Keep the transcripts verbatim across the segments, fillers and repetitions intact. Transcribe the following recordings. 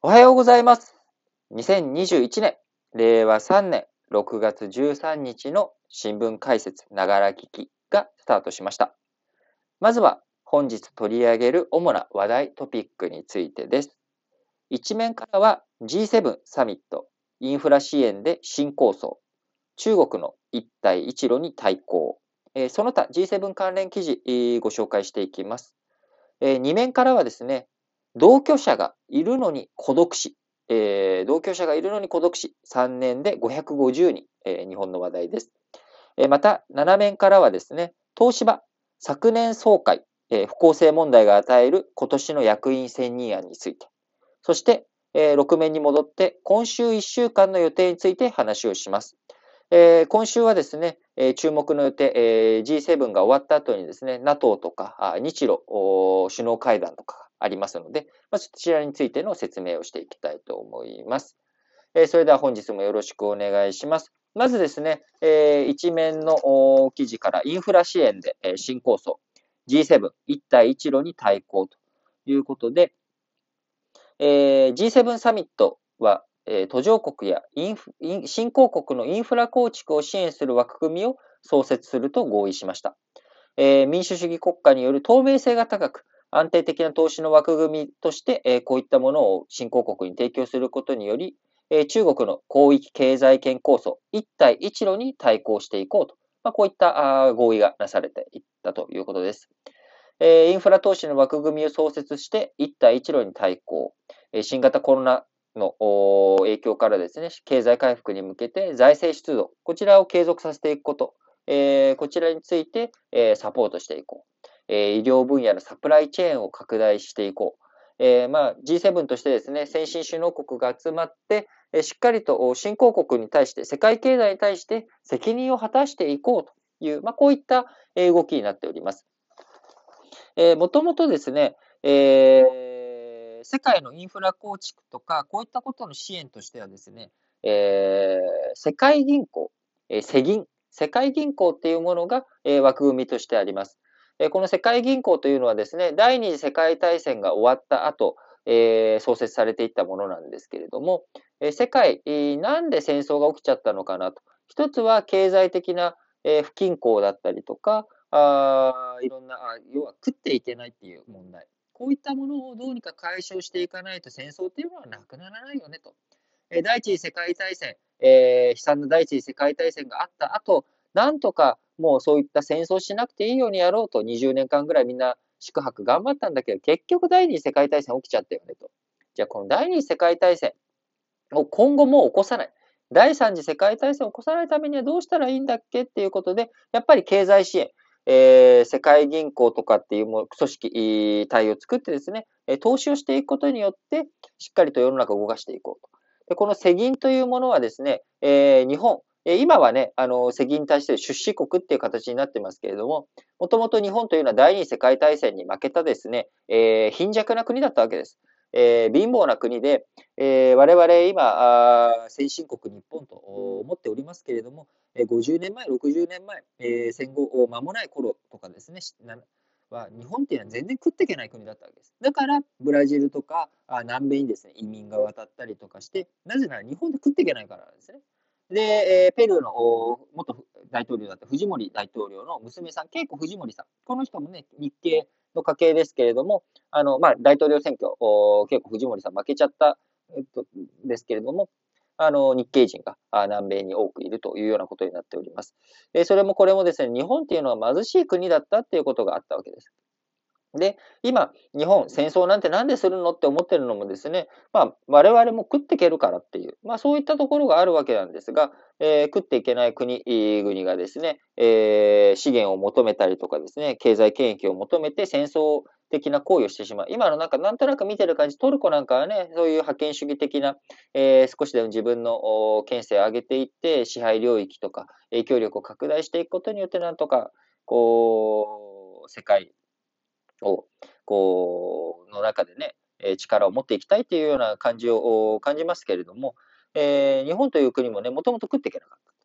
おはようございます。にせんにじゅういちねん、れいわさんねんろくがつじゅうさんにちの新聞解説ながら聞きがスタートしました。まずは本日取り上げる主な話題トピックについてです。一面からは ジーセブン サミット、インフラ支援で新構想、中国の一帯一路に対抗、えーその他 ジーセブン 関連記事、えーご紹介していきます。えー、に面からはですね、同居者がいるのに孤独死、えー同居者がいるのに孤独死、さんねんでごひゃくごじゅうにん、えー日本の話題です。えーまた、なな面からはですね、東芝、昨年総会、えー不公正問題が与える今年の役員選任案について、そして、えーろく面に戻って、今週いっしゅうかんの予定について話をします。えー今週はですね、えー注目の予定、えー ジーセブン が終わった後にですね、NATO とかあ日露お首脳会談とかありますので、まあ、そちらについての説明をしていきたいと思います。えーそれでは本日もよろしくお願いします。まずですね、えー一面のお記事からインフラ支援で、えー新構想、ジーセブン 一帯一路に対抗ということで、えー ジーセブン サミットは、えー途上国やインフイン新興国のインフラ構築を支援する枠組みを創設すると合意しました。えー民主主義国家による透明性が高く、安定的な投資の枠組みとして、えーこういったものを新興国に提供することにより、えー中国の広域経済圏構想、一帯一路に対抗していこうと、まあ、こういったあ合意がなされていったということです。えーインフラ投資の枠組みを創設して、一帯一路に対抗、えー新型コロナの影響からですね、経済回復に向けて財政出動、こちらを継続させていくこと、えーこちらについて、えーサポートしていこう。えー医療分野のサプライチェーンを拡大していこう。えーまあ、ジーセブン としてですね、先進首脳国が集まって、えーしっかりと新興国に対して、世界経済に対して責任を果たしていこうという、まあ、こういった動きになっております。えー、もともとですね、えー、世界のインフラ構築とか、こういったことの支援としてはですね、えー、世界銀行、えー、世銀、世界銀行っていうものが、えー、枠組みとしてあります。えー、この世界銀行というのはですね、第二次世界大戦が終わった後、えー、創設されていったものなんですけれども、えー、世界、えー、なんで戦争が起きちゃったのかなと。一つは経済的な、えー、不均衡だったりとか、あいろんな、あ要は食っていけないっていう問題。こういったものをどうにか解消していかないと戦争っていうのはなくならないよねと。え第一次世界大戦、えー、悲惨な第一次世界大戦があった後、なんとかもうそういった戦争しなくていいようにやろうとにじゅうねんかんぐらいみんな宿泊頑張ったんだけど、結局第二次世界大戦起きちゃったよねと。じゃあこの第二次世界大戦を今後もう起こさない。第三次世界大戦を起こさないためにはどうしたらいいんだっけっていうことで、やっぱり経済支援、えー、世界銀行とかっていうも組織体を作ってですね、投資をしていくことによって、しっかりと世の中を動かしていこうと。でこの世銀というものはですね、えー、日本、今はね、あの、世銀に対して出資国っていう形になってますけれども、もともと日本というのは第二次世界大戦に負けたですね、えー、貧弱な国だったわけです。えー、貧乏な国で、えー、我々今あ、先進国日本と思っておりますけれども、えー、ごじゅうねんまえ、ろくじゅうねんまえ、えー、戦後間もない頃とかですね、は日本っていうのは全然食っていけない国だったわけです。だからブラジルとかあ南米にですね移民が渡ったりとかして、なぜなら日本で食っていけないからなんですね。で、えーペルーの元大統領だった藤森大統領の娘さん、ケイコ・フジモリさん、この人もね、日系の家系ですけれども、あのまあ、大統領選挙、ケイコ・フジモリさん負けちゃった、えっと、ですけれども、あの日系人が南米に多くいるというようなことになっております。えそれもこれもですね、日本っていうのは貧しい国だったっていうことがあったわけです。で、今、日本、戦争なんてなんでするのって思ってるのもですね、まあ、我々も食っていけるからっていう、まあ、そういったところがあるわけなんですが、えー食っていけない国々がですね、えー資源を求めたりとかですね、経済権益を求めて戦争的な行為をしてしまう。今のなんか、なんとなく見てる感じ、トルコなんかはね、そういう覇権主義的な、えー少しでも自分の権勢を上げていって、支配領域とか影響力を拡大していくことによって、なんとか、こう、世界を、こう、の中でね、え力を持っていきたいというような感じを感じますけれども、えー日本という国もね、もともと食っていけなかった。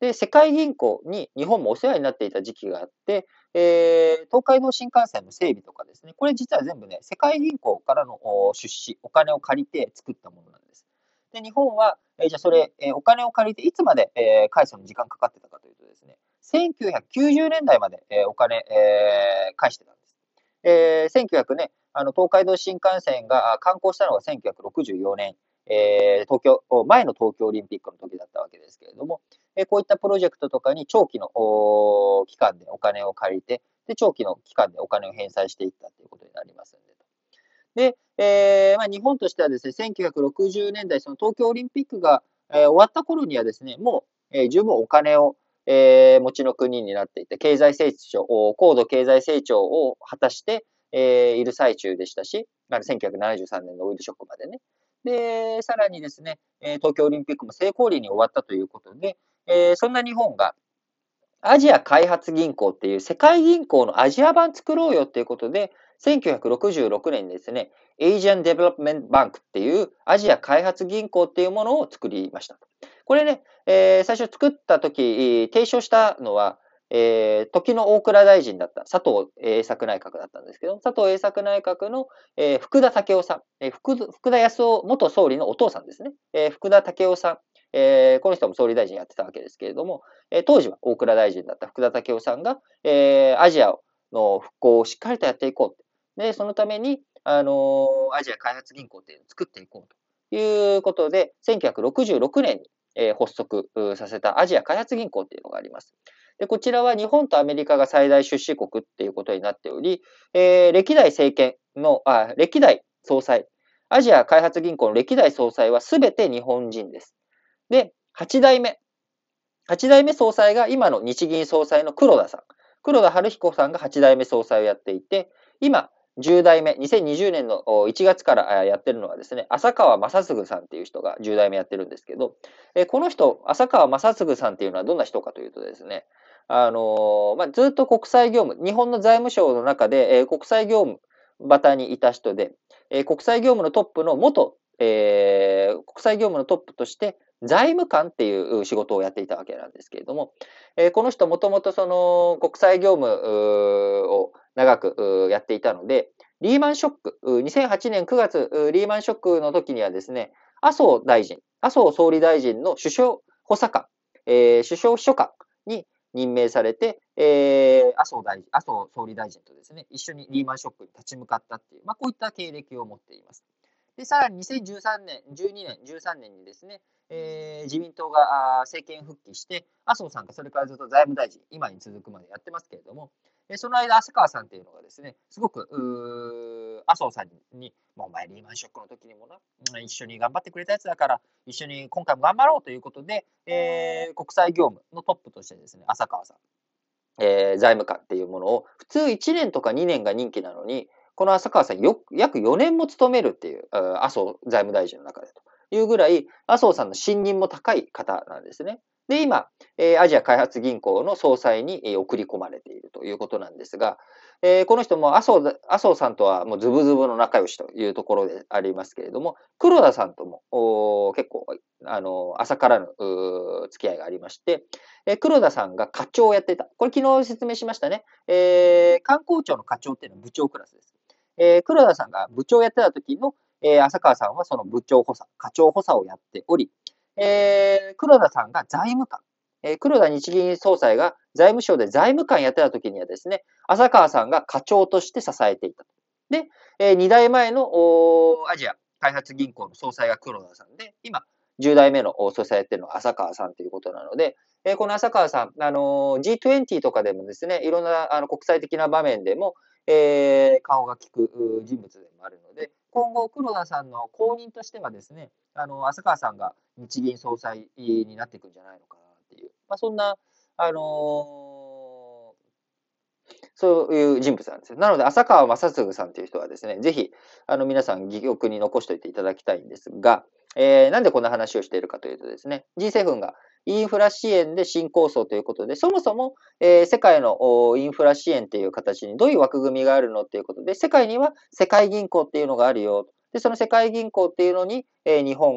で、世界銀行に日本もお世話になっていた時期があって、えー、東海道新幹線の整備とかですね、これ実は全部ね、世界銀行からの出資、お金を借りて作ったものなんです。で、日本は、えー、じゃあそれ、えー、お金を借りていつまで、えー、返すのに時間かかってたかというとですね、せんきゅうひゃくきゅうじゅうねんだいまで、えー、お金、えー、返してたんです。えー、せんきゅうひゃくね、あの、東海道新幹線が観光したのがせんきゅうひゃくろくじゅうよねん、えー、東京、前の東京オリンピックの時だったわけですけれども、えー、こういったプロジェクトとかに長期の期間でお金を借りて、で、長期の期間でお金を返済していったということになりますんで。で、えー、まあ、日本としてはですね、せんきゅうひゃくろくじゅうねんだい、その東京オリンピックが、えー、終わった頃にはですね、もう、えー、十分お金を、えー、持ちの国になっていて、経済成長、高度経済成長を果たして、えー、いる最中でしたし、まあ、せんきゅうひゃくななじゅうさんねんのオイルショックまでね。で、さらにですね、えー、東京オリンピックも成功裏に終わったということで、えー、そんな日本が、アジア開発銀行っていう世界銀行のアジア版作ろうよっていうことで、せんきゅうひゃくろくじゅうろくねんにですね、Asian Development Bank っていうアジア開発銀行っていうものを作りました。これね、えー、最初作った時、提唱したのは、えー、時の大蔵大臣だった佐藤栄作内閣だったんですけど、佐藤栄作内閣の、えー、福田赳夫さん、えー福、福田康夫元総理のお父さんですね、えー、福田赳夫さん、えー、この人も総理大臣やってたわけですけれども、えー、当時は大蔵大臣だった福田赳夫さんが、えー、アジアの復興をしっかりとやっていこう。で、そのために、あのー、アジア開発銀行っていうのを作っていこうということで、せんきゅうひゃくろくじゅうろくねんに、えー、発足させたアジア開発銀行っていうのがあります。で、こちらは日本とアメリカが最大出資国っていうことになっており、えー、歴代政権の、あ、歴代総裁、アジア開発銀行の歴代総裁はすべて日本人です。で、はちだいめ。はちだいめ総裁が今の日銀総裁の黒田さん。黒田晴彦さんがはちだいめ総裁をやっていて、今、じゅうだいめ、にせんにじゅうねんのいちがつからやってるのはですね、浅川正嗣さんっていう人がじゅうだいめやってるんですけど、この人、浅川正嗣さんっていうのはどんな人かというとですね、あの、まあ、ずっと国際業務、日本の財務省の中で国際業務端にいた人で、国際業務のトップの元、えー、国際業務のトップとして財務官っていう仕事をやっていたわけなんですけれども、えー、この人もともとその国際業務を長くやっていたので、リーマンショック、にせんはちねんくがつ、リーマンショックの時にはですね、麻生大臣、麻生総理大臣の首相補佐官、えー、首相秘書官に任命されて、えー、麻生大臣、麻生総理大臣とですね、一緒にリーマンショックに立ち向かったっていう、まあ、こういった経歴を持っています。で、さらににせんじゅうさんねん、じゅうにねん、じゅうさんねんにですね、えー、自民党が政権復帰して、麻生さんがそれからずっと財務大臣、今に続くまでやってますけれども、その間、浅川さんっていうのがですね、すごく、麻生さんに、まあ、お前リーマンショックの時にもな、一緒に頑張ってくれたやつだから、一緒に今回も頑張ろうということで、えー、国際業務のトップとしてですね、浅川さん、えー、財務官っていうものを、普通いちねんとかにねんが任期なのに、この浅川さんよ、約よねんも務めるっていう、麻生財務大臣の中でというぐらい、麻生さんの信任も高い方なんですね。で、今、えー、アジア開発銀行の総裁に、えー、送り込まれているということなんですが、えー、この人も麻生、麻生さんとはもうズブズブの仲良しというところでありますけれども、黒田さんとも結構、あの、朝からの付き合いがありまして、えー、黒田さんが課長をやっていた。これ昨日説明しましたね。えー、観光庁の課長っていうのは部長クラスです。えー、黒田さんが部長をやってた時の、えー、浅川さんはその部長補佐、課長補佐をやっており、えー、黒田さんが財務官、えー、黒田日銀総裁が財務省で財務官やってた時にはですね、浅川さんが課長として支えていた。で、えー、にだいまえのアジア開発銀行の総裁が黒田さんで、今、じゅうだいめの総裁やってるのは浅川さんということなので、えー、この浅川さん、あのー、ジートゥエンティー とかでもですね、いろんなあの国際的な場面でも、えー、顔が利く人物でもあるので、今後、黒田さんの後任としてはですね、あの、浅川さんが日銀総裁になっていくんじゃないのかなっていう、まあ、そんな、あのー、そういう人物なんですよ。なので、浅川正嗣さんという人はですね、ぜひ、あの、皆さん、記憶に残しておいていただきたいんですが、えー、なんでこんな話をしているかというとですね、ジーセブン がインフラ支援で新構想ということで、そもそも、えー、世界のインフラ支援という形にどういう枠組みがあるのということで、世界には世界銀行っていうのがあるよ。で、その世界銀行っていうのに、えー、日本が、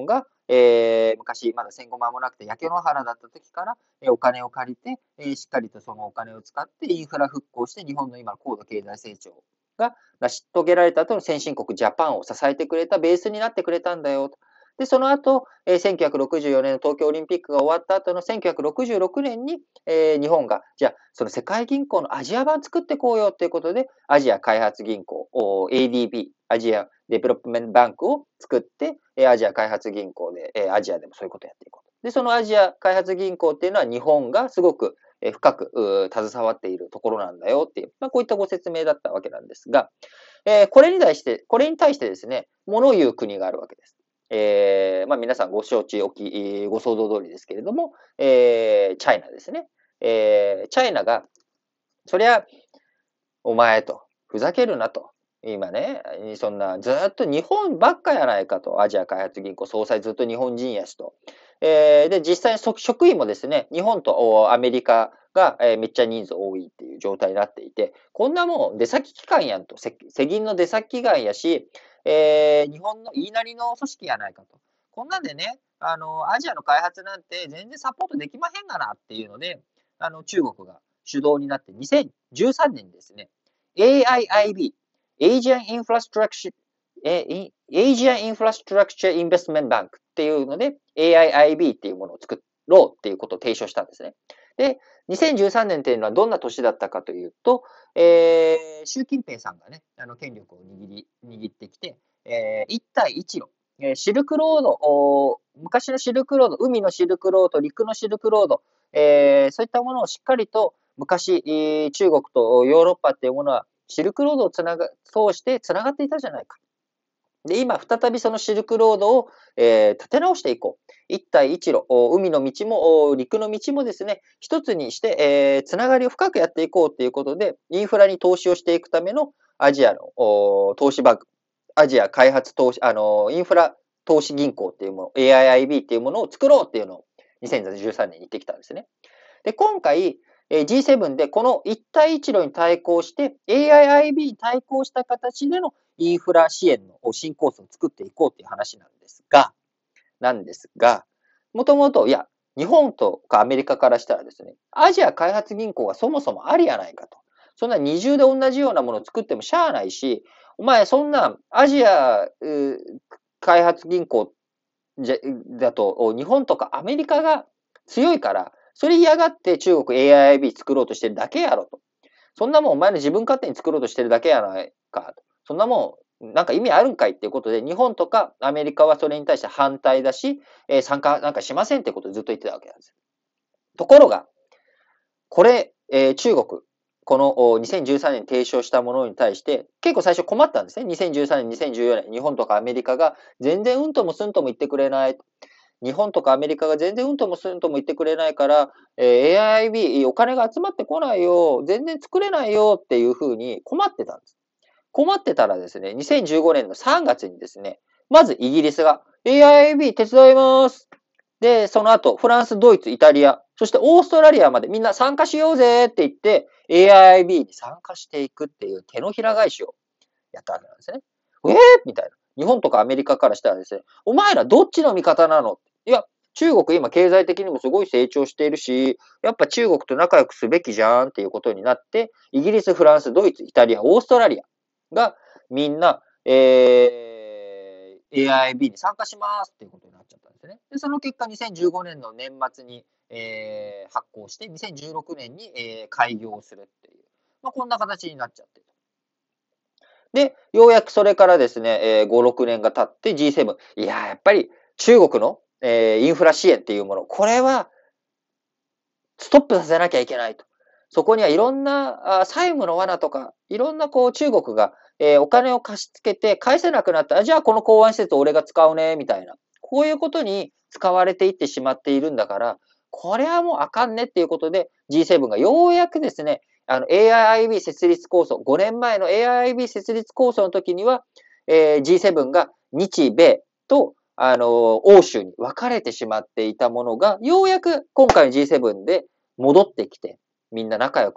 えー、昔、まだ戦後間もなくて焼け野原だった時から、えー、お金を借りて、えー、しっかりとそのお金を使ってインフラ復興して日本の今の高度経済成長が成し遂げられた後の先進国ジャパンを支えてくれたベースになってくれたんだよと。で、その後、えー、せんきゅうひゃくろくじゅうよねんの東京オリンピックが終わった後のせんきゅうひゃくろくじゅうろくねんに、えー、日本が、じゃあ、その世界銀行のアジア版作ってこうよっていうことで、アジア開発銀行、エーディービー、アジアデベロップメントバンクを作って、アジア開発銀行で、アジアでもそういうことをやっていこうと。で、そのアジア開発銀行っていうのは日本がすごく深く携わっているところなんだよっていう、まあ、こういったご説明だったわけなんですが、えー、これに対して、これに対してですね、物を言う国があるわけです。えー、まあ皆さんご承知おき、ご想像通りですけれども、えー、チャイナですね。えー、チャイナが、そりゃ、お前と、ふざけるなと。今ね、そんな、ずっと日本ばっかやないかと。アジア開発銀行総裁ずっと日本人やしと。えー、で、実際職員もですね、日本とアメリカが、えー、めっちゃ人数多いっていう状態になっていて、こんなもん出先機関やんと。世銀の出先機関やし、えー、日本の言いなりの組織やないかと。こんなんでね、あの、アジアの開発なんて全然サポートできまへんがなっていうので、あの、中国が主導になってにせんじゅうさんねんにですね、エーアイアイビー、Asian Infrastructure、Asian Infrastructure Investment Bank っていうので、エーアイアイビー っていうものを作ろうっていうことを提唱したんですね。で、にせんじゅうさんねんっていうのはどんな年だったかというと、えー、習近平さんがね、あの権力を握り、握ってきて、えー、一帯一路、えー、シルクロード、昔のシルクロード、海のシルクロード、陸のシルクロード、えー、そういったものをしっかりと昔、中国とヨーロッパっていうものはシルクロードをつなが、通してつながっていたじゃないか。で、今、再びそのシルクロードを、えー、立て直していこう。一帯一路、海の道も、陸の道もですね、一つにして、えー、つながりを深くやっていこうということで、インフラに投資をしていくためのアジアの投資バンク、アジア開発投資、あの、インフラ投資銀行っていうもの、エーアイアイビー っていうものを作ろうっていうのをにせんじゅうさんねんに言ってきたんですね。で、今回、ジーセブン でこの一帯一路に対抗して、エーアイアイビー に対抗した形でのインフラ支援の新コースを作っていこうっていう話なんですが、なんですが、もともと、いや、日本とかアメリカからしたらですね、アジア開発銀行がそもそもありやないかと。そんな二重で同じようなものを作ってもしゃあないし、お前そんなアジア開発銀行だと、日本とかアメリカが強いから、それ嫌がって中国 エーアイアイビー 作ろうとしてるだけやろと。そんなもんお前の自分勝手に作ろうとしてるだけやないかと。そんなもん、なんか意味あるんかいっていうことで、日本とかアメリカはそれに対して反対だし、えー、参加なんかしませんってことをずっと言ってたわけなんですよ。ところが、これ、えー、中国、このにせんじゅうさんねんに提唱したものに対して、結構最初困ったんですね。にせんじゅうさんねん、にせんじゅうよねん、日本とかアメリカが全然うんともすんとも言ってくれない。日本とかアメリカが全然うんともすんとも言ってくれないから、えー、エーアイアイビー お金が集まってこないよ、全然作れないよっていうふうに困ってたんです。困ってたらですね、にせんじゅうごねんのさんがつにですね、まずイギリスが エーアイアイビー 手伝います。で、その後、フランス、ドイツ、イタリア、そしてオーストラリアまでみんな参加しようぜって言って、エーアイアイビー に参加していくっていう手のひら返しをやったわけなんですね。えーみたいな。日本とかアメリカからしたらですね、お前らどっちの味方なのいや、中国今経済的にもすごい成長しているし、やっぱ中国と仲良くすべきじゃんっていうことになって、イギリス、フランス、ドイツ、イタリア、オーストラリアがみんな、えー、エーアイビー に参加しますっていうことになっちゃったんですね。で、その結果にせんじゅうごねんの年末に、えー、発行して、にせんじゅうろくねんに、えー、開業するっていう、まあ、こんな形になっちゃってる。で、ようやくそれからですね、えー、ご、ろくねんが経って ジーセブン。いやー、やっぱり中国の、えー、インフラ支援っていうもの、これはストップさせなきゃいけないと。そこにはいろんなあ債務の罠とか、いろんなこう中国が、えー、お金を貸し付けて返せなくなったら、じゃあこの港湾施設俺が使うね、みたいな。こういうことに使われていってしまっているんだから、これはもうあかんねっていうことで ジーセブン がようやくですね、あの エーアイアイビー 設立構想、ごねんまえの エーアイアイビー 設立構想の時には、えー、ジーセブン が日米とあの、欧州に分かれてしまっていたものが、ようやく今回の ジーセブン で戻ってきて、みんな仲良くね、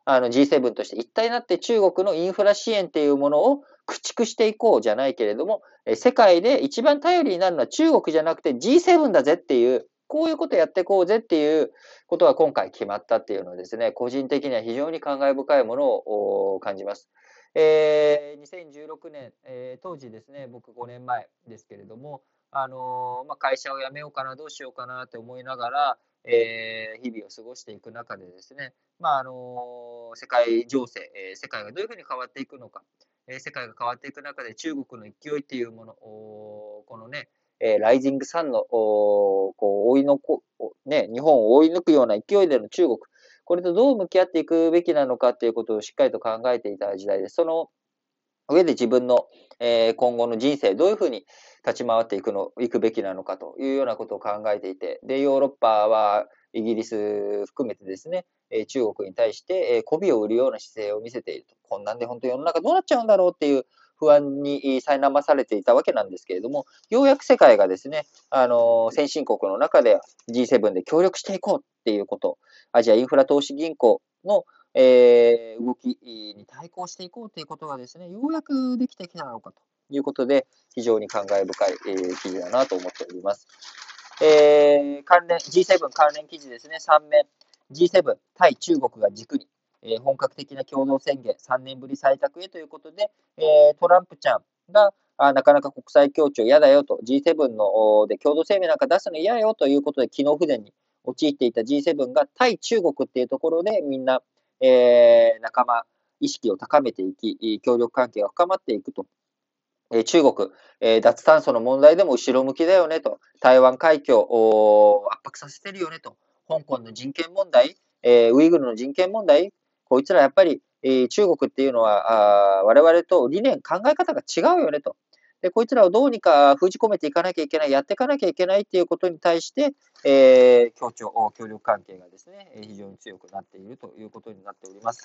あの ジーセブン として一体になって中国のインフラ支援っていうものを駆逐していこうじゃないけれども、世界で一番頼りになるのは中国じゃなくて ジーセブン だぜっていう、こういうことやっていこうぜっていうことが今回決まったっていうのはですね、個人的には非常に感慨深いものを感じます。えー、にせんじゅうろくねん、えー、当時ですね、僕ごねんまえですけれども、あのーまあ、会社を辞めようかな、どうしようかなって思いながら、えー、日々を過ごしていく中でですね、まああのー世界情勢、えー、世界がどういうふうに変わっていくのか、えー、世界が変わっていく中で中国の勢いっていうもの、このね、えー、ライジングサンのこう追いのこ、ね、日本を追い抜くような勢いでの中国、これとどう向き合っていくべきなのかっていうことをしっかりと考えていた時代です。その上で自分の、えー、今後の人生どういうふうに立ち回っていくの、いくべきなのかというようなことを考えていて、で、ヨーロッパはイギリス含めてですね、えー、中国に対して、えー、媚びを売るような姿勢を見せていると。こんなんで本当世の中どうなっちゃうんだろうっていう不安に苛まされていたわけなんですけれども、ようやく世界がですね、あのー、先進国の中で ジーセブン で協力していこうっていうこと、アジアインフラ投資銀行のえー、動きに対抗していこうということがですね、ようやくできてきたのかということで、非常に感慨深い、えー、記事だなと思っております。えー、関連、ジーセブン 関連記事ですね、さんめん。ジーセブン 対中国が軸に、えー、本格的な共同宣言、さんねんぶり採択へということで、えー、トランプちゃんが、あなかなか国際協調嫌だよと、ジーセブン ので共同声明なんか出すの嫌よということで、機能不全に陥っていた ジーセブン が対中国っていうところでみんな、えー、仲間意識を高めていき、協力関係が深まっていくと。えー、中国、えー、脱炭素の問題でも後ろ向きだよねと。台湾海峡を圧迫させてるよねと。香港の人権問題、えー、ウイグルの人権問題、こいつらやっぱり、えー、中国っていうのはあ我々と理念、考え方が違うよねと。で、こいつらをどうにか封じ込めていかなきゃいけない、やっていかなきゃいけないっていうことに対して、えー、協調、協力関係がですね、非常に強くなっているということになっております。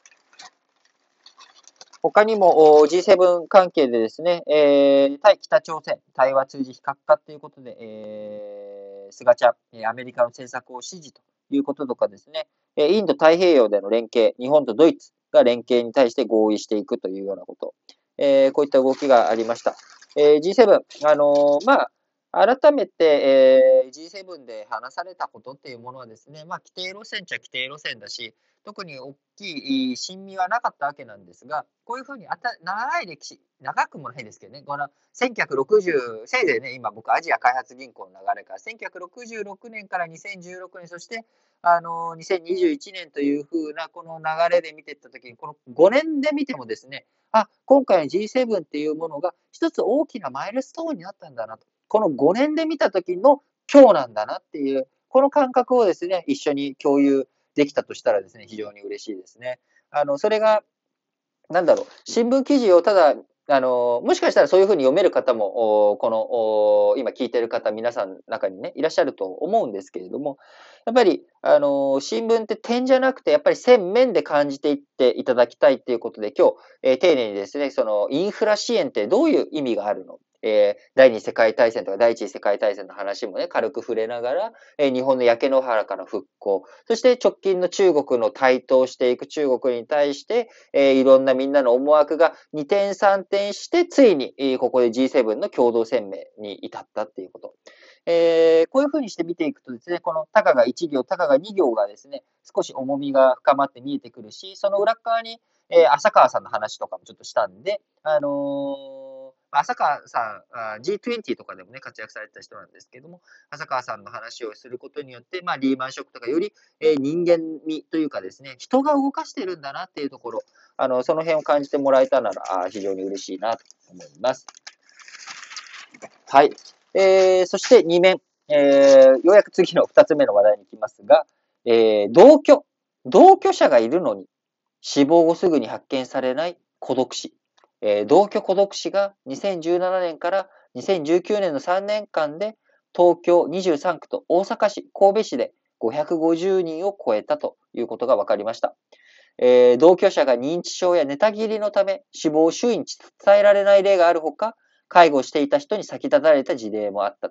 他にも ジーセブン 関係でですね、えー、対北朝鮮、対話通じ非核化ということで、えー、菅ちゃん、アメリカの政策を支持ということとかですね、インド太平洋での連携、日本とドイツが連携に対して合意していくというようなこと、えー、こういった動きがありました。えー、ジーセブン、あのー、まあ、改めて、えー、ジーセブン で話されたことっていうものはですね、まあ、規定路線っちゃ規定路線だし、特に大きい親味はなかったわけなんですが、こういうふうにあた長い歴史、長くもないですけどね、このせんきゅうひゃくろくじゅう、せいぜいね、今僕アジア開発銀行の流れから、せんきゅうひゃくろくじゅうろくねんからにせんじゅうろくねん、そしてあのにせんにじゅういちねんというふうなこの流れで見ていったときに、このごねんで見てもですね、あ、今回の ジーセブン っていうものが一つ大きなマイルストーンになったんだなと。このごねんで見たときの今日なんだなっていう、この感覚をですね、一緒に共有できたとしたらですね、非常に嬉しいですね。あの、それが、なんだろう、新聞記事をただ、あの、もしかしたらそういうふうに読める方も、この、今聞いてる方、皆さんの中にね、いらっしゃると思うんですけれども、やっぱり、あの、新聞って点じゃなくて、やっぱり線面で感じていっていただきたいっていうことで、今日、えー、丁寧にですね、その、インフラ支援ってどういう意味があるのえー、第二次世界大戦とか第一次世界大戦の話もね、軽く触れながら、えー、日本の焼け野原から復興、そして直近の中国の台頭していく中国に対して、えー、いろんなみんなの思惑がにてんさんてんして、ついに、えー、ここで ジーセブン の共同声明に至ったっていうこと。えー、こういうふうにして見ていくとですね、このたかがいち行、たかがに行がですね、少し重みが深まって見えてくるし、その裏側に、えー、浅川さんの話とかもちょっとしたんで、あのー浅川さん、ジートゥエンティー とかでもね、活躍されてた人なんですけども、浅川さんの話をすることによって、まあ、リーマンショックとかより、えー、人間味というかですね、人が動かしてるんだなっていうところ、あの、その辺を感じてもらえたなら、あ非常に嬉しいなと思います。はい。えー、そしてにめん、えー、ようやく次のふたつめの話題に行きますが、えー、同居。同居者がいるのに、死亡後すぐに発見されない孤独死。えー、同居孤独死がにせんじゅうななねんからにせんじゅうきゅうねんのさんねんかんで東京にじゅうさんくと大阪市、神戸市でごひゃくごじゅうにんを超えたということが分かりました。えー、同居者が認知症や寝たきりのため死亡を周囲に伝えられない例があるほか、介護していた人に先立たれた事例もあったと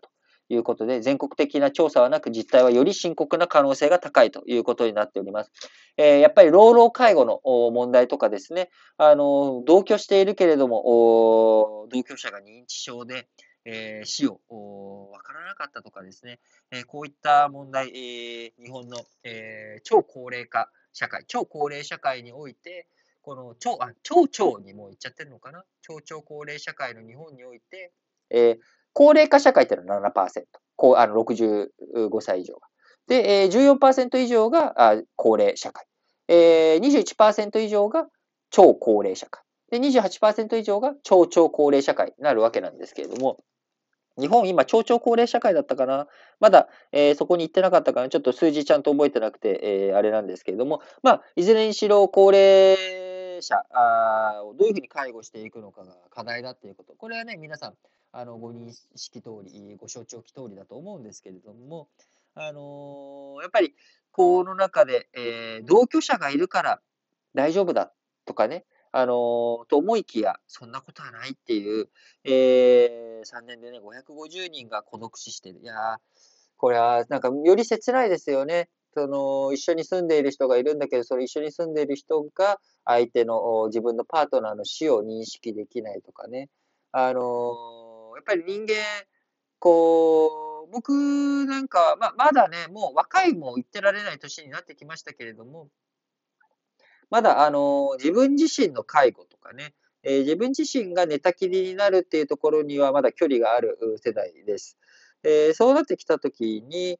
いうことで、全国的な調査はなく、実態はより深刻な可能性が高いということになっております。えー、やっぱり老老介護の問題とかですね、あの、同居しているけれども、同居者が認知症で、えー、死をわからなかったとかですね、えー、こういった問題、えー、日本の、えー、超高齢化社会、超高齢社会において、この超、あ、超超にもう言っちゃってるのかな、超超高齢社会の日本において、えー、高齢化社会っていうのは ななパーセント、こうあのろくじゅうごさい以上が。で、えー、じゅうよんパーセント以上があ高齢社会、えー、にじゅういちパーセント以上が超高齢社会。で、にじゅうはちパーセント以上が超超高齢社会になるわけなんですけれども、日本今超超高齢社会だったかな、まだ、えー、そこに行ってなかったかな、ちょっと数字ちゃんと覚えてなくて、えー、あれなんですけれども、まあ、いずれにしろ高齢者をどういうふうに介護していくのかが課題だっていうこと。これはね、皆さん、あの、ご認識通り、ご承知おき通りだと思うんですけれども、あのー、やっぱり、この中で、えー、同居者がいるから大丈夫だとかね、あのー、と思いきや、そんなことはないっていう、えー、さんねんでね、ごひゃくごじゅうにんが孤独死してる。いやー、これは、なんか、より切ないですよね。その、一緒に住んでいる人がいるんだけど、それ一緒に住んでいる人が、相手の、自分のパートナーの死を認識できないとかね。あのー、やっぱり人間、こう、僕なんか、ま、まだね、もう若いも言ってられない年になってきましたけれども、まだ、あの、自分自身の介護とかね、えー自分自身が寝たきりになるっていうところにはまだ距離がある世代です。えーそうなってきたときに、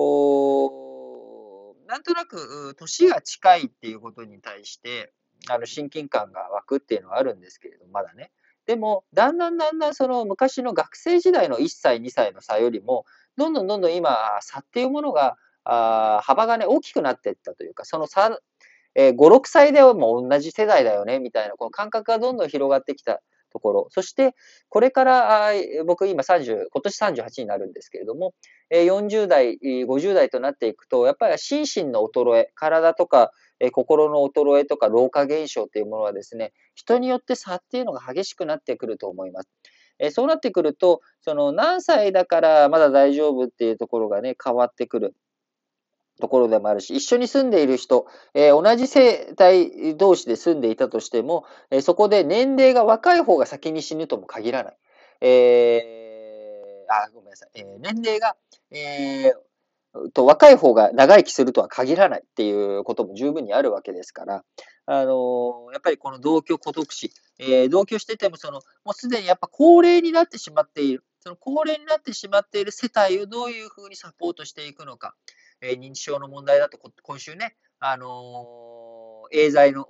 こう、なんとなく、う年が近いっていうことに対して、あの、親近感が湧くっていうのはあるんですけれど、まだね。でも、だんだんだんだんその昔の学生時代のいっさい、にさいの差よりも、どんどんどんどん今、差っていうものが、あー幅がね、大きくなっていったというか、その差えー、ご、ろくさいでも同じ世代だよね、みたいな、この感覚がどんどん広がってきたところ。そして、これから、あ僕今さんじゅう、今年さんじゅうはちになるんですけれども、えーよんじゅう代、ごじゅう代となっていくと、やっぱり心身の衰え、体とか、えー心の衰えとか老化現象っていうものはですね、人によって差っていうのが激しくなってくると思います。えーそうなってくると、その何歳だからまだ大丈夫っていうところがね、変わってくる。ところでもあるし、一緒に住んでいる人、えー同じ世帯同士で住んでいたとしても、えーそこで年齢が若い方が先に死ぬとも限らない。えーあ、ごめんなさい。えー年齢が、えーと若い方が長生きするとは限らないっていうことも十分にあるわけですから、あのーやっぱりこの同居孤独死、えー同居しててもその、もうすでにやっぱ高齢になってしまっている、その高齢になってしまっている世帯をどういうふうにサポートしていくのか、えー認知症の問題だと、今週ね、あのー、エーザイの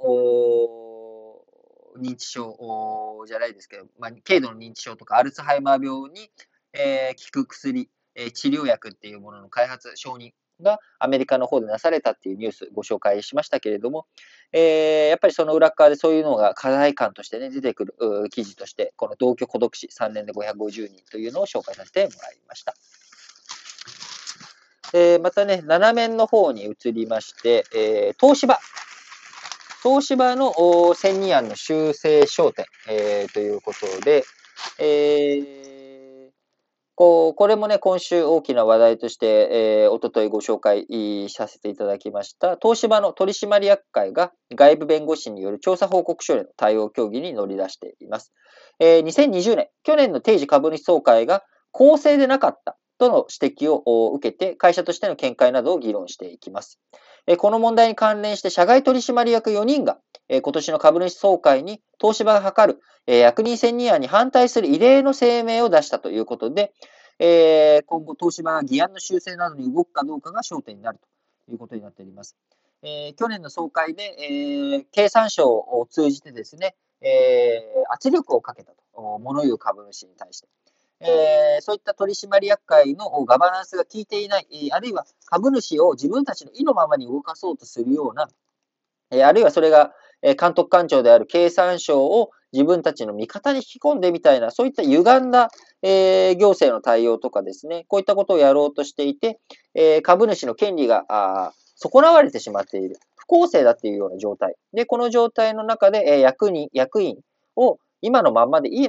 認知症じゃないですけど、まあ、軽度の認知症とかアルツハイマー病に、えー、効く薬、えー、治療薬っていうものの開発、承認がアメリカの方でなされたっていうニュースご紹介しましたけれども、えー、やっぱりその裏側でそういうのが課題感としてね、出てくる記事として、この同居孤独死さんねんでごひゃくごじゅうにんというのを紹介させてもらいました。えー、またね、斜面の方に移りまして、えー、東芝。東芝の千人案の修正焦点、えー、ということで、えー、こう、これもね、今週大きな話題として、えー、おとといご紹介させていただきました、東芝の取締役会が外部弁護士による調査報告書への対応協議に乗り出しています。えー、にせんにじゅうねん、去年の定時株主総会が公正でなかったとの指摘を受けて、会社としての見解などを議論していきます。この問題に関連して、社外取締役よにんが、今年の株主総会に東芝が図る役人選任案に反対する異例の声明を出したということで、今後東芝が議案の修正などに動くかどうかが焦点になるということになっております。去年の総会で、経産省を通じてですね、圧力をかけたと、物言う株主に対して。えー、そういった取締役会のガバナンスが効いていない、あるいは株主を自分たちの意のままに動かそうとするような、あるいはそれが監督官庁である経産省を自分たちの味方に引き込んでみたいな、そういった歪んだ、えー、行政の対応とかですね、こういったことをやろうとしていて、えー、株主の権利があ損なわれてしまっている。不公正だっていうような状態。で、この状態の中で、えー、役人、役員を今のまんまでいいのか、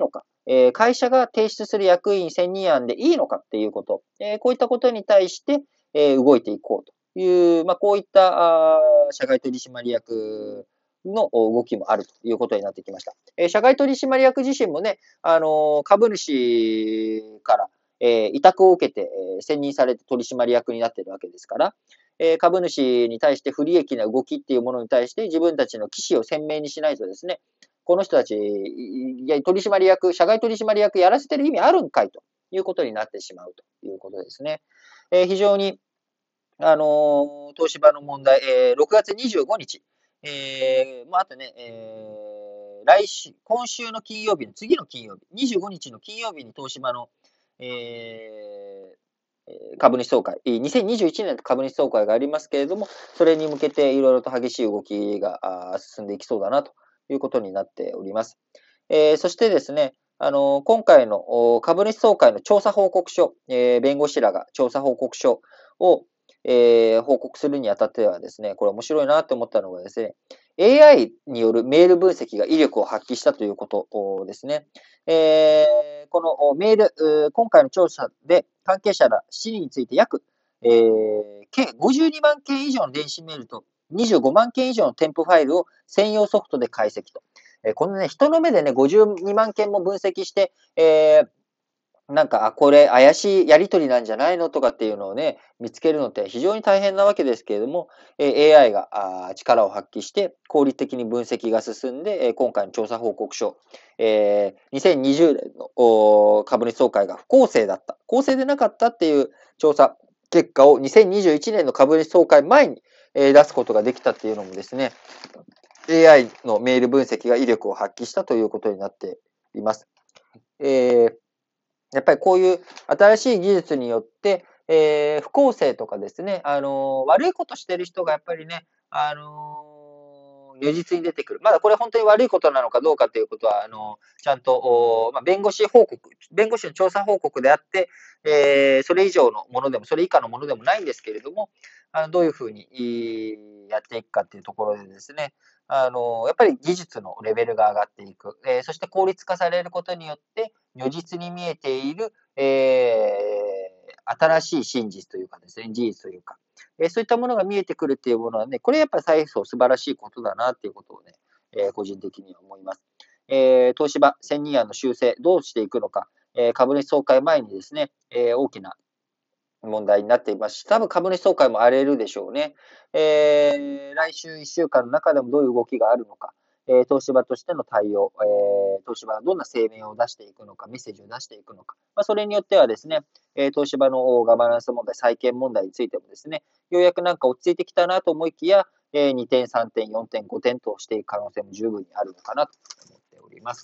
えー、会社が提出する役員選任案でいいのかっていうこと、えー、こういったことに対して、えー、動いていこうという、まあ、こういったあ社外取締役の動きもあるということになってきました。えー、社外取締役自身もね、あのー株主から、えー、委託を受けて、えー、選任されて取締役になっているわけですから、えー、株主に対して不利益な動きっていうものに対して自分たちの意思を鮮明にしないとですね、この人たち、いや取締役、社外取締役やらせてる意味あるんかいということになってしまうということですね。えー、非常に、あのー東芝の問題、えー、ろくがつにじゅうごにち、えー、まあ、あとね、えー、来週、今週の金曜日の、次の金曜日、にじゅうごにちの金曜日に東芝の、えー、株主総会、にせんにじゅういちねんの株主総会がありますけれども、それに向けていろいろと激しい動きが進んでいきそうだなということになっております。えー、そしてですね、あの、今回の株主総会の調査報告書、えー、弁護士らが調査報告書を、えー、報告するにあたってはですね、これ面白いなと思ったのがですね、エーアイ によるメール分析が威力を発揮したということですね。えー、このメール、今回の調査で関係者らしちにんについて約、えー、計ごじゅうにまんけん以上の電子メールとにじゅうごまんけん以上の添付ファイルを専用ソフトで解析と。えー、このね、人の目でね、ごじゅうにまんけんも分析して、えー、なんか、あ、これ怪しいやりとりなんじゃないのとかっていうのをね、見つけるのって非常に大変なわけですけれども、えー、エーアイ があ力を発揮して効率的に分析が進んで、えー、今回の調査報告書、えー、にせんにじゅうねんの株主総会が不公正だった、公正でなかったっていう調査結果をにせんにじゅういちねんの株主総会前に、えー、出すことができたっていうのもですね、エーアイ のメール分析が威力を発揮したということになっています。えーやっぱりこういう新しい技術によって、えー、不公正とかですね、あのー悪いことしてる人がやっぱりね、あのー如実に出てくる。まだこれ本当に悪いことなのかどうかということは、あのーちゃんと、まあ、弁護士報告、弁護士の調査報告であって、えー、それ以上のものでも、それ以下のものでもないんですけれども、あのどういうふうにやっていくかっていうところでですね、あのーやっぱり技術のレベルが上がっていく。えー、そして効率化されることによって、如実に見えている、えー、新しい真実というかですね、事実というか、えー、そういったものが見えてくるっていうものはね、これやっぱり再送素晴らしいことだなっていうことをね、えー、個人的には思います。えー、東芝選任案の修正、どうしていくのか、えー、株主総会前にですね、えー、大きな問題になっていますし、多分株主総会も荒れるでしょうね。えー、来週いっしゅうかんの中でもどういう動きがあるのか、えー、東芝としての対応、えー、東芝がどんな声明を出していくのか、メッセージを出していくのか、まあ、それによってはですね、えー、東芝のガバナンス問題、債権問題についてもですね、ようやくなんか落ち着いてきたなと思いきや、えー、にてん、さんてん、よんてん、ごてんとしていく可能性も十分にあるのかなと思っております。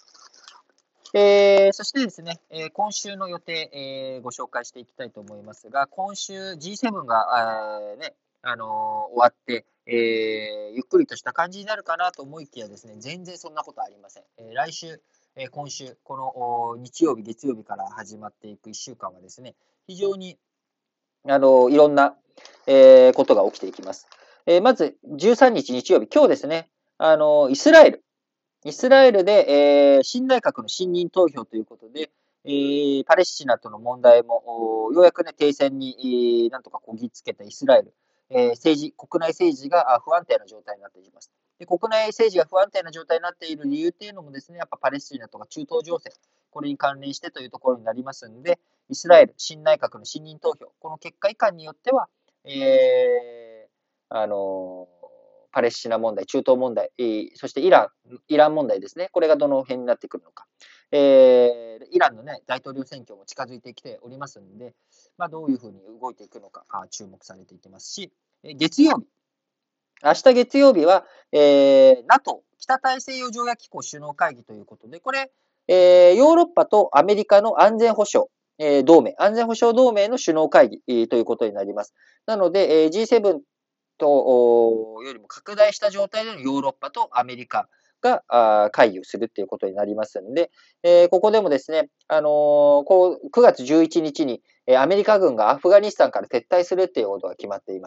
えー、そしてですね、えー、今週の予定、えー、ご紹介していきたいと思いますが、今週 ジーセブン が、えーね、あのー終わって、えー、ゆっくりとした感じになるかなと思いきやですね、全然そんなことありません。えー、来週、えー、今週、この日曜日、月曜日から始まっていくいっしゅうかんはですね、非常に、あのーいろんな、えー、ことが起きていきます。えー、まず、じゅうさんにち日曜日、今日ですね、あのーイスラエル、イスラエルで、えー、新内閣の信任投票ということで、えー、パレスチナとの問題も、ようやくね、停戦に、えー、なんとかこぎつけたイスラエル、えー、政治、国内政治が不安定な状態になっています。で、国内政治が不安定な状態になっている理由っていうのもですね、やっぱパレスチナとか中東情勢、これに関連してというところになりますんで、イスラエル新内閣の信任投票、この結果以下によっては、えー、あのーパレスチナ問題、中東問題、そしてイラン、イラン問題ですね。これがどの辺になってくるのか。えー、イランのね、大統領選挙も近づいてきておりますので、まあ、どういうふうに動いていくのか注目されていきますし、月曜日、明日月曜日は、えー、NATO、北大西洋条約機構首脳会議ということで、これ、えー、ヨーロッパとアメリカの安全保障、えー、同盟、安全保障同盟の首脳会議、えー、ということになります。なので、えー、ジーセブンとよりも拡大した状態でのヨーロッパとアメリカが会議をするっていうことになりますので、えー、ここでもですね、あのー、こうくがつじゅういちにちにアメリカ軍がアフガニスタンから撤退するっていうことが決まっています。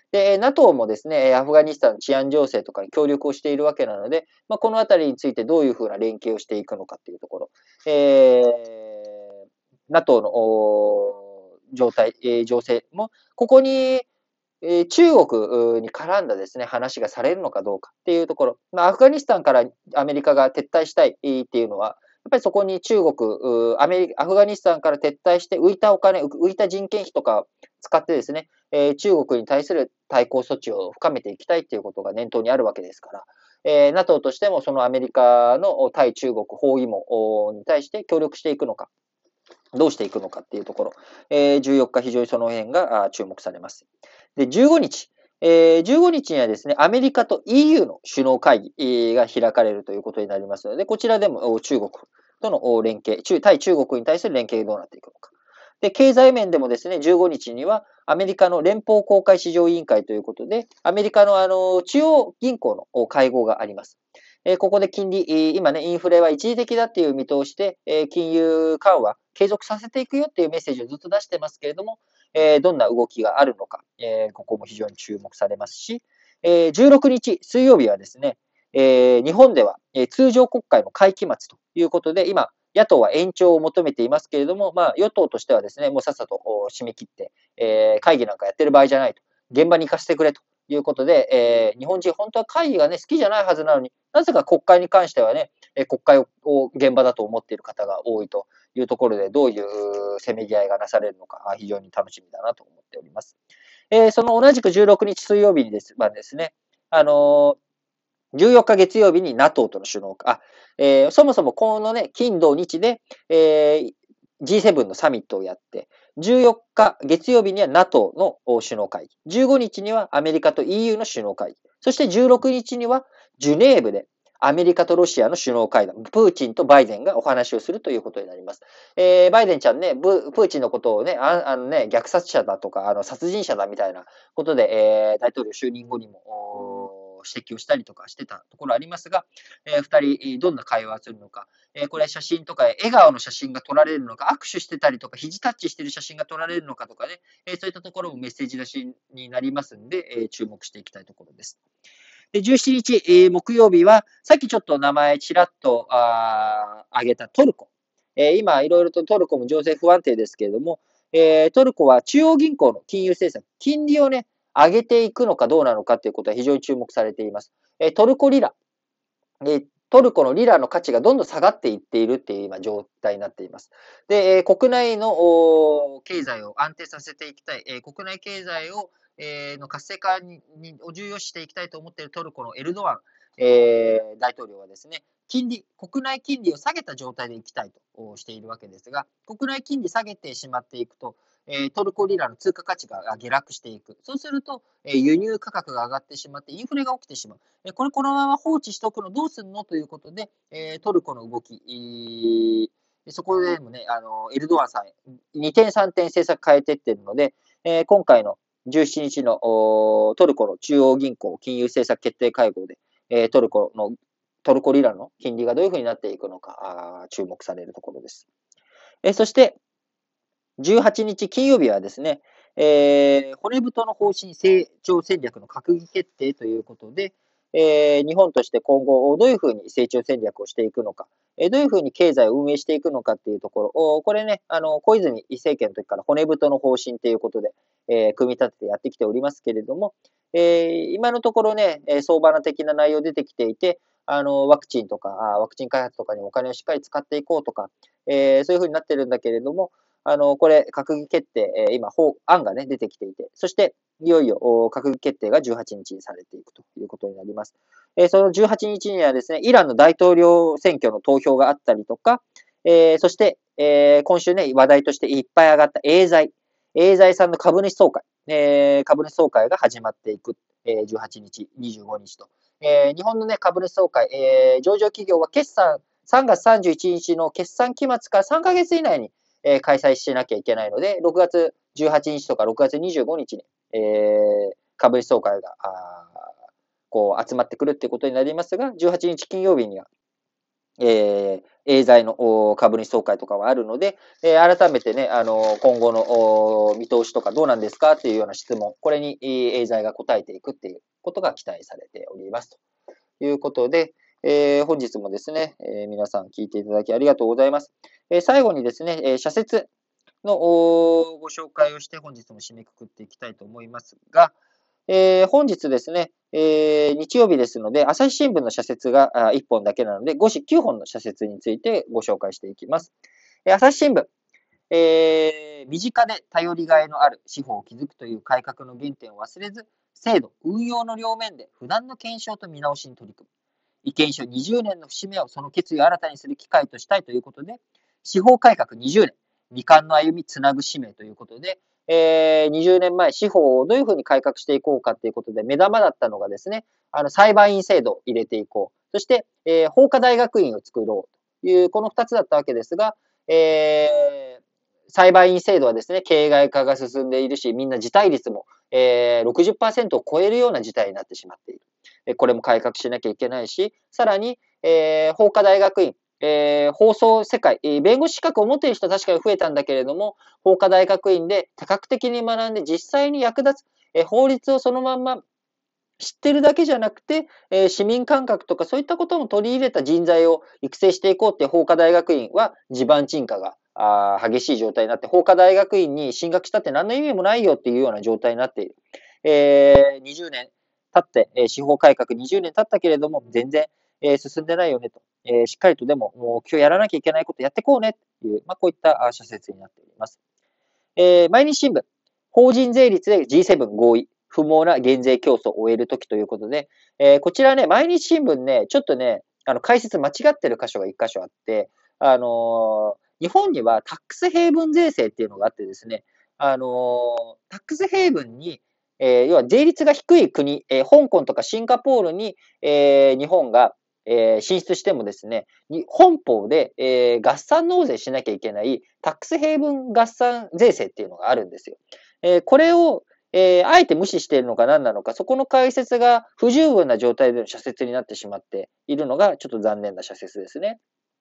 で、NATO もですね、アフガニスタンの治安情勢とかに協力をしているわけなので、まあ、このあたりについてどういうふうな連携をしていくのかっていうところ、えー、NATO の状態、えー、情勢も、ここに、えー、中国に絡んだですね、話がされるのかどうかっていうところ、まあ、アフガニスタンからアメリカが撤退したいっていうのは、やっぱりそこに中国、アメリカ、アフガニスタンから撤退して浮いたお金、浮いた人件費とか使ってですね、えー、中国に対する対抗措置を深めていきたいということが念頭にあるわけですから、えー、NATO としてもそのアメリカの対中国包囲網に対して協力していくのか、どうしていくのかっていうところ、えー、じゅうよっか非常にその辺が注目されます。で、じゅうごにち、えー、じゅうごにちにはですね、アメリカと イーユー の首脳会議が開かれるということになりますので、こちらでも中国との連携、対中国に対する連携がどうなっていくのか。で、経済面でもですね、じゅうごにちにはアメリカの連邦公開市場委員会ということで、アメリカのあの中央銀行の会合があります。えここで金利、今ね、インフレは一時的だっていう見通しで、え金融緩和継続させていくよっていうメッセージをずっと出してますけれども、えどんな動きがあるのか、えここも非常に注目されますし、えじゅうろくにち水曜日はですね、え日本では、え通常国会の会期末ということで、今、野党は延長を求めていますけれども、まあ、与党としてはですね、もうさっさと締め切って、え会議なんかやってる場合じゃないと。現場に行かせてくれということで、えー、日本人本当は会議がね、好きじゃないはずなのに、なぜか国会に関してはね、え国会を現場だと思っている方が多いというところで、どういうせめぎ合いがなされるのか、非常に楽しみだなと思っております。えー、その同じくじゅうろくにち水曜日にですはですね、あのー、じゅうよっか月曜日に NATO との首脳会、あ、えー、そもそもこのね、金土日で、えー、ジーセブン のサミットをやって、じゅうよっか月曜日には NATO の首脳会議、じゅうごにちにはアメリカと イーユー の首脳会議、そしてじゅうろくにちにはジュネーブでアメリカとロシアの首脳会談、プーチンとバイデンがお話をするということになります。えー、バイデンちゃんね、プーチンのことをね、ああのね、虐殺者だとか、あの殺人者だみたいなことで、えー、大統領就任後にも、指摘をしたりとかしてたところありますが、えー、二人どんな会話をするのか、えー、これ写真とか笑顔の写真が撮られるのか、握手してたりとか、肘タッチしてる写真が撮られるのかとかね、えー、そういったところもメッセージ出しになりますんで、えー、注目していきたいところです。で、じゅうしちにち、えー、木曜日は、さっきちょっと名前ちらっとあ挙げたトルコ。えー、今、いろいろとトルコも情勢不安定ですけれども、えー、トルコは中央銀行の金融政策、金利をね、上げていくのかどうなのかということは非常に注目されています。えー、トルコリラ、えー、トルコのリラの価値がどんどん下がっていっているっていう今状態になっています。で、えー、国内の経済を安定させていきたい、えー、国内経済をえー、の活性化ににを重要視していきたいと思っているトルコのエルドアン、えー、大統領はですね、金利、国内金利を下げた状態でいきたいとしているわけですが、国内金利下げてしまっていくと、えー、トルコリラの通貨価値が下落していく。そうすると、えー、輸入価格が上がってしまって、インフレが起きてしまう。えー、これ、このまま放置しておくのどうするのということで、えー、トルコの動き、えー、そこでもね、あの、エルドアンさん、にてんさんてん政策変えていってるので、えー、今回のじゅうしちにちのトルコの中央銀行金融政策決定会合で、えー、トルコの、トルコリラの金利がどういうふうになっていくのか、あ注目されるところです。えー、そして、じゅうはちにち金曜日はですね、えー、骨太の方針成長戦略の閣議決定ということで、えー、日本として今後どういうふうに成長戦略をしていくのか、えー、どういうふうに経済を運営していくのかっていうところ、これね、あの、小泉政権の時から骨太の方針ということで、えー、組み立ててやってきておりますけれども、えー、今のところね、相場な的な内容出てきていて、あの、ワクチンとか、ワクチン開発とかにお金をしっかり使っていこうとか、えー、そういうふうになってるんだけれども、あの、これ、閣議決定、えー、今、法、案がね、出てきていて、そして、いよいよ、閣議決定がじゅうはちにちにされていくということになります。えー、そのじゅうはちにちにはですね、イランの大統領選挙の投票があったりとか、えー、そして、えー、今週ね、話題としていっぱい上がったエーザイ、エーザイさんの株主総会、えー、株主総会が始まっていく、えー、じゅうはちにち、にじゅうごにちと。えー、日本のね、株主総会、えー、上場企業は決算、さんがつさんじゅういちにちの決算期末からさんかげつ以内にえー、開催しなきゃいけないので、ろくがつじゅうはちにちとかろくがつにじゅうごにちに、えー、株主総会が、こう集まってくるってことになりますが、じゅうはちにち金曜日には、 えー、エーザイの株主総会とかはあるので、えー、改めてね、あの、今後の見通しとかどうなんですかっていうような質問、これにエーザイが答えていくっていうことが期待されております。ということで、えー、本日もですね、えー、皆さん聞いていただきありがとうございます。えー、最後にですね、えー、社説のご紹介をして本日も締めくくっていきたいと思いますが、えー、本日ですね、えー、日曜日ですので、朝日新聞の社説がいっぽんだけなので、ごしきゅうほんの社説についてご紹介していきます。えー、朝日新聞、えー、身近で頼りがいのある司法を築くという改革の原点を忘れず、制度、運用の両面で不断の検証と見直しに取り組む。意見書にじゅうねんの節目をその決意を新たにする機会としたいということで、司法改革にじゅうねん、未完の歩みつなぐ使命ということで、えー、にじゅうねんまえ、司法をどういうふうに改革していこうかということで、目玉だったのがですね、あの裁判員制度を入れていこう。そして、えー、法科大学院を作ろうという、このふたつだったわけですが、えー、裁判員制度はですね、形骸化が進んでいるし、みんな辞退率も、えー、ろくじゅっパーセントを超えるような事態になってしまっている。これも改革しなきゃいけないし、さらに、えー、法科大学院、えー、放送世界、弁護士資格を持っている人は確かに増えたんだけれども、法科大学院で多角的に学んで実際に役立つ、えー、法律をそのまんま知ってるだけじゃなくて、えー、市民感覚とかそういったことも取り入れた人材を育成していこうって法科大学院は地盤沈下があ激しい状態になって、法科大学院に進学したって何の意味もないよっていうような状態になっている。えー、にじゅうねん経って、えー、司法改革にじゅうねん経ったけれども、全然、えー、進んでないよねと。えー、しっかりとでも、もう今日やらなきゃいけないことやってこうねっていう、まあ、こういった社説になっております。えー、毎日新聞、法人税率で ジーセブン 合意、不毛な減税競争を終えるときということで、えー、こちらね、毎日新聞ね、ちょっとね、あの、解説間違ってる箇所が一箇所あって、あのー、日本にはタックスヘイブン税制っていうのがあってですね、あのー、タックスヘイブンに、えー、要は税率が低い国、えー、香港とかシンガポールに、えー、日本が、えー、進出してもですね、本邦で、えー、合算納税しなきゃいけないタックスヘイブン合算税制っていうのがあるんですよ。えー、これを、えー、あえて無視しているのか何なのか、そこの解説が不十分な状態での社説になってしまっているのがちょっと残念な社説ですね。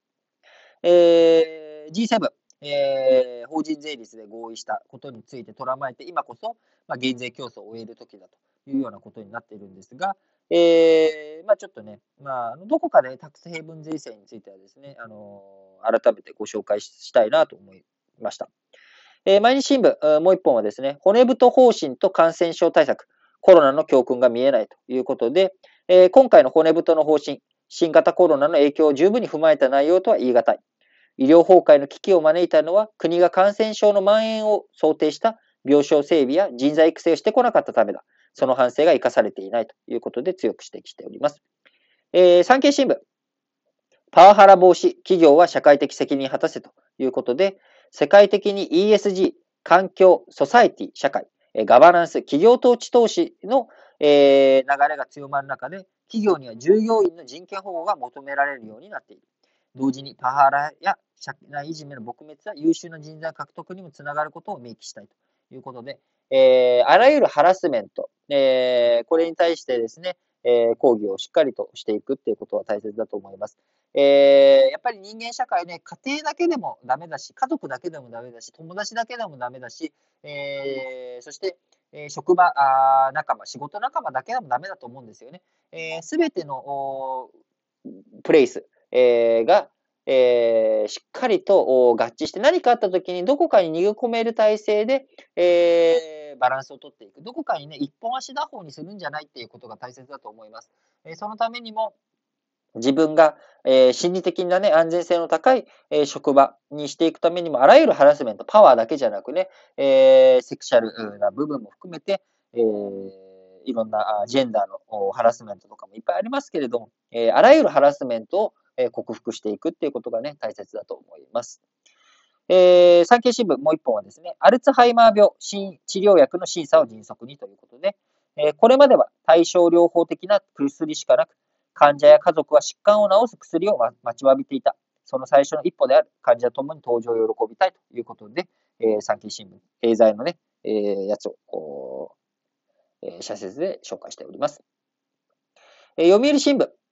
えー、ジーセブン、えー、法人税率で合意したことについてとらまえて、今こそ、まあ、減税競争を終えるときだというようなことになっているんですが、えー、まあちょっとね、まあ、どこかでタックスヘイブン税制についてはですね、あのー、改めてご紹介したいなと思いました。えー、毎日新聞、もう一本はですね、骨太方針と感染症対策、コロナの教訓が見えないということで、えー、今回の骨太の方針、新型コロナの影響を十分に踏まえた内容とは言い難い。医療崩壊の危機を招いたのは、国が感染症の蔓延を想定した病床整備や人材育成をしてこなかったためだ。その反省が生かされていないということで強く指摘しております。えー、産経新聞、パワハラ防止、企業は社会的責任を果たせということで、世界的に イーエスジー、環境、ソサエティ、社会、ガバナンス、企業統治投資の、えー、流れが強まる中で、企業には従業員の人権保護が求められるようになっている。同時にパワハラや社内いじめの撲滅は優秀な人材獲得にもつながることを明記したいということで、えー、あらゆるハラスメント、えー、これに対してですね、えー、抗議をしっかりとしていくっていうことは大切だと思います。えー、やっぱり人間社会ね、家庭だけでもダメだし、家族だけでもダメだし、友達だけでもダメだし、えー、そして、えー、職場あ仲間、仕事仲間だけでもダメだと思うんですよね。すべ、えー、てのプレイス、えー、が、えー、しっかりと合致して何かあった時にどこかに逃げ込める体制で、えー、バランスをとっていく。どこかにね、一本足打法にするんじゃないっていうことが大切だと思います。えー、そのためにも、自分が、えー、心理的なね、安全性の高い、えー、職場にしていくためにも、あらゆるハラスメント、パワーだけじゃなくね、えー、セクシャルな部分も含めて、えー、いろんなジェンダーのハラスメントとかもいっぱいありますけれども、えー、あらゆるハラスメントを、えー、克服していくっていうことがね、大切だと思います。えー、産経新聞もう一本はですね、アルツハイマー病新治療薬の審査を迅速にということで、えー、これまでは対症療法的な薬しかなく、患者や家族は疾患を治す薬を待ちわびていた。その最初の一歩である患者ともに登場を喜びたいということで、えー、産経新聞、エーザイのね、えー、やつを、こう、えー、社説で紹介しております。えー、読売新聞、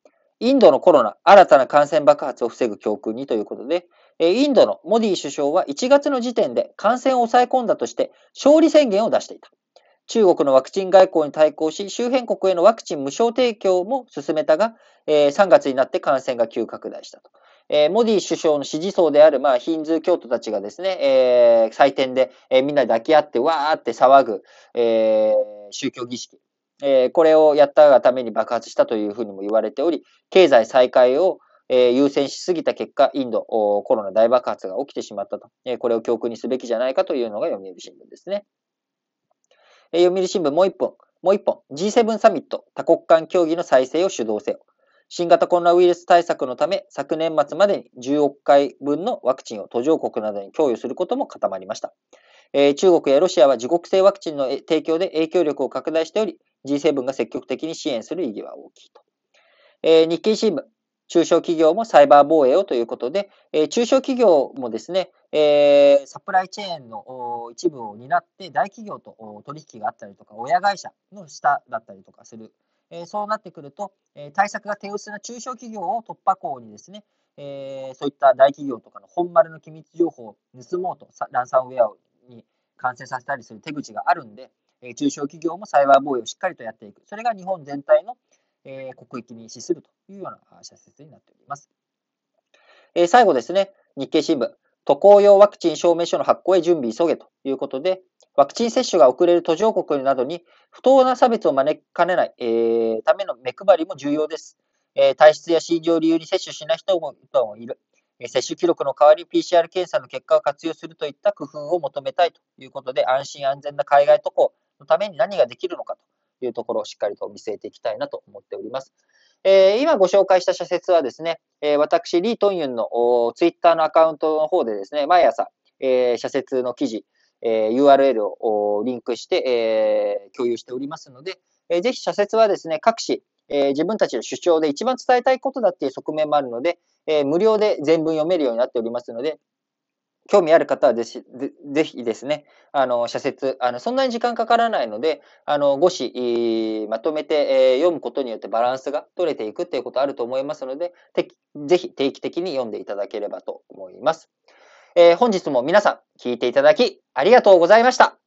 インドのコロナ、新たな感染爆発を防ぐ教訓にということで、インドのモディ首相はいちがつの時点で感染を抑え込んだとして勝利宣言を出していた。中国のワクチン外交に対抗し、周辺国へのワクチン無償提供も進めたが、さんがつになって感染が急拡大したと。モディ首相の支持層である、まあ、ヒンズー教徒たちがですね、えー、祭典で、えー、みんなで抱き合ってわーって騒ぐ、えー、宗教儀式。えー、これをやったがために爆発したというふうにも言われており、経済再開を、えー、優先しすぎた結果、インドコロナ大爆発が起きてしまったと。えー、これを教訓にすべきじゃないかというのが読売新聞ですね。読売新聞もう一本、もう一本、ジーセブン サミット、多国間協議の再生を主導せよ。新型コロナウイルス対策のため、昨年末までにじゅうおくかいぶんのワクチンを途上国などに供与することも固まりました。えー、中国やロシアは自国製ワクチンの提供で影響力を拡大しており、ジーセブン が積極的に支援する意義は大きいと。えー、日経新聞、中小企業もサイバー防衛をということで、えー、中小企業もですね、えー、サプライチェーンの一部を担って大企業と取引があったりとか、親会社の下だったりとかする。えー、そうなってくると、えー、対策が手薄な中小企業を突破口にですね、えー、そういった大企業とかの本丸の機密情報を盗もうと、ランサムウェアに感染させたりする手口があるんで、えー、中小企業もサイバー防衛をしっかりとやっていく。それが日本全体のえー、国益に資するというような社説になっております。えー、最後ですね、日経新聞、渡航用ワクチン証明書の発行へ準備急げということで、ワクチン接種が遅れる途上国などに不当な差別を招きかねない、えー、ための目配りも重要です。えー、体質や心情を理由に接種しない人もいる。接種記録の代わりに ピーシーアール 検査の結果を活用するといった工夫を求めたいということで、安心安全な海外渡航のために何ができるのかというところをしっかりと見据えていきたいなと思っております。えー、今ご紹介した社説はですね、えー、私、リー・トンユンのツイッターのアカウントの方でですね、毎朝、えー、社説の記事、えー、ユーアールエル をリンクして、えー、共有しておりますので、えー、ぜひ社説はですね、各紙、えー、自分たちの主張で一番伝えたいことだっていう側面もあるので、えー、無料で全文読めるようになっておりますので、興味ある方はぜひ、ぜひですね、あの、社説、あの、そんなに時間かからないので、あの、ご紙、まとめて、えー、読むことによってバランスが取れていくっていうことあると思いますので、ぜひ定期的に読んでいただければと思います。えー、本日も皆さん聞いていただきありがとうございました。